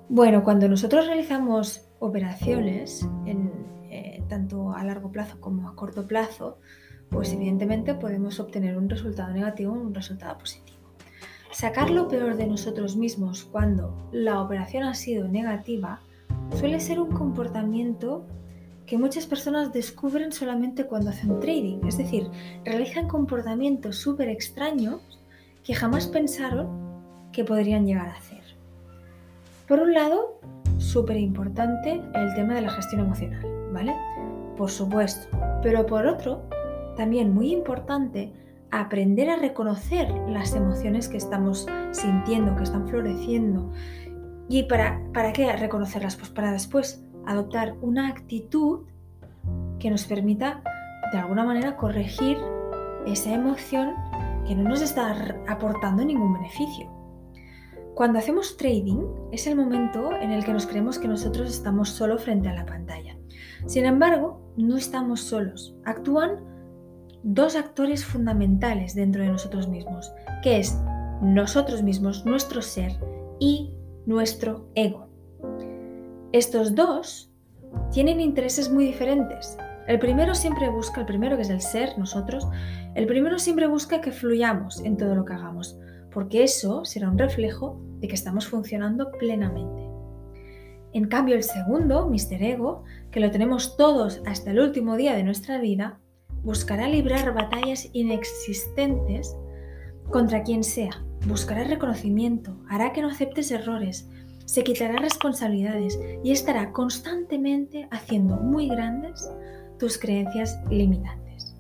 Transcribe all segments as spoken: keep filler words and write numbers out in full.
Bueno, cuando nosotros realizamos operaciones, en, eh, tanto a largo plazo como a corto plazo, pues evidentemente podemos obtener un resultado negativo o un resultado positivo. Sacar lo peor de nosotros mismos cuando la operación ha sido negativa suele ser un comportamiento que muchas personas descubren solamente cuando hacen trading, es decir, realizan comportamientos súper extraños que jamás pensaron que podrían llegar a hacer. Por un lado, súper importante el tema de la gestión emocional, ¿vale? Por supuesto. Pero por otro, también muy importante aprender a reconocer las emociones que estamos sintiendo, que están floreciendo. ¿Y para, para qué reconocerlas? Pues para después adoptar una actitud que nos permita de alguna manera corregir esa emoción que no nos está aportando ningún beneficio. Cuando hacemos trading es el momento en el que nos creemos que nosotros estamos solo frente a la pantalla. Sin embargo, no estamos solos. Actúan dos actores fundamentales dentro de nosotros mismos, que es nosotros mismos, nuestro ser y nuestro ego. Estos dos tienen intereses muy diferentes. El primero siempre busca, el primero que es el ser, nosotros, el primero siempre busca que fluyamos en todo lo que hagamos, porque eso será un reflejo de que estamos funcionando plenamente. En cambio, el segundo, míster Ego, que lo tenemos todos hasta el último día de nuestra vida, buscará librar batallas inexistentes contra quien sea, buscará reconocimiento, hará que no aceptes errores, se quitará responsabilidades y estará constantemente haciendo muy grandes tus creencias limitantes.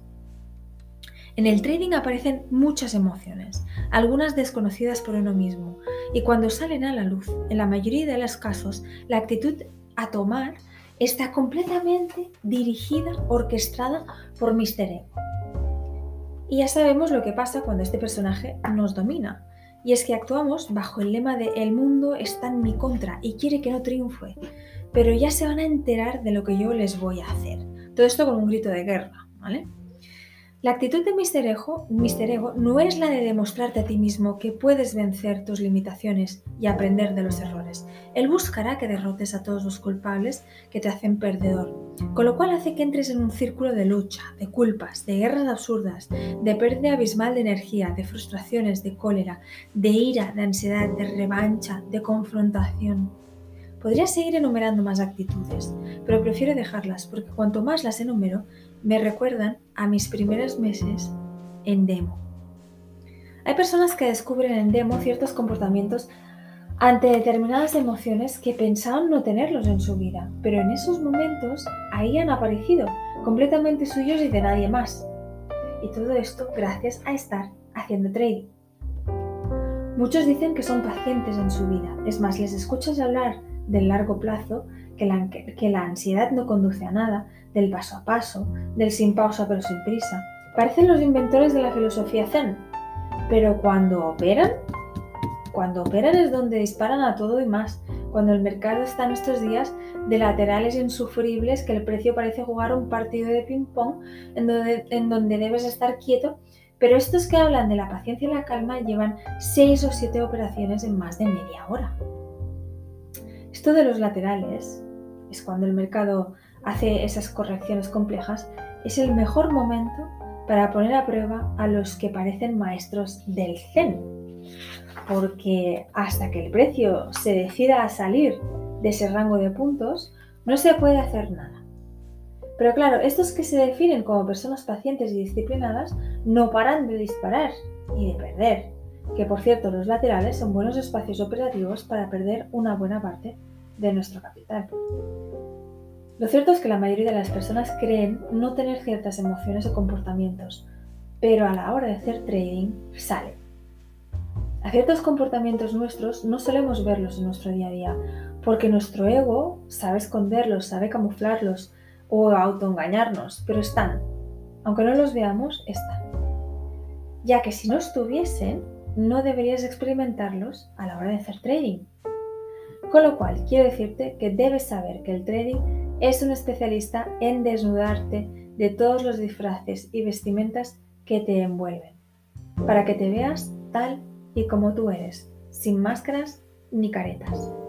En el trading aparecen muchas emociones, algunas desconocidas por uno mismo, y cuando salen a la luz, en la mayoría de los casos, la actitud a tomar está completamente dirigida, orquestada por míster Ego. Y ya sabemos lo que pasa cuando este personaje nos domina, y es que actuamos bajo el lema de el mundo está en mi contra y quiere que no triunfe, pero ya se van a enterar de lo que yo les voy a hacer. Todo esto con un grito de guerra, ¿vale? La actitud de míster Ego, míster Ego no es la de demostrarte a ti mismo que puedes vencer tus limitaciones y aprender de los errores. Él buscará que derrotes a todos los culpables que te hacen perdedor, con lo cual hace que entres en un círculo de lucha, de culpas, de guerras absurdas, de pérdida abismal de energía, de frustraciones, de cólera, de ira, de ansiedad, de revancha, de confrontación. Podría seguir enumerando más actitudes, pero prefiero dejarlas porque cuanto más las enumero, me recuerdan a mis primeros meses en demo. Hay personas que descubren en demo ciertos comportamientos ante determinadas emociones que pensaban no tenerlos en su vida, pero en esos momentos ahí han aparecido, completamente suyos y de nadie más. Y todo esto gracias a estar haciendo trading. Muchos dicen que son pacientes en su vida, es más, les escuchas hablar del largo plazo, que la, que la ansiedad no conduce a nada, del paso a paso, del sin pausa pero sin prisa. Parecen los inventores de la filosofía zen, pero cuando operan, cuando operan es donde disparan a todo y más, cuando el mercado está en estos días de laterales insufribles que el precio parece jugar un partido de ping-pong en donde, en donde debes estar quieto, pero estos que hablan de la paciencia y la calma llevan seis o siete operaciones en más de media hora. Esto de los laterales es cuando el mercado hace esas correcciones complejas, es el mejor momento para poner a prueba a los que parecen maestros del zen, porque hasta que el precio se decida a salir de ese rango de puntos, no se puede hacer nada. Pero claro, estos que se definen como personas pacientes y disciplinadas no paran de disparar y de perder, que por cierto los laterales son buenos espacios operativos para perder una buena parte de nuestro capital. Lo cierto es que la mayoría de las personas creen no tener ciertas emociones o comportamientos, pero a la hora de hacer trading salen. A ciertos comportamientos nuestros no solemos verlos en nuestro día a día, porque nuestro ego sabe esconderlos, sabe camuflarlos o autoengañarnos, pero están. Aunque no los veamos, están. Ya que si no estuviesen, no deberías experimentarlos a la hora de hacer trading. Con lo cual, quiero decirte que debes saber que el trading es un especialista en desnudarte de todos los disfraces y vestimentas que te envuelven, para que te veas tal y como tú eres, sin máscaras ni caretas.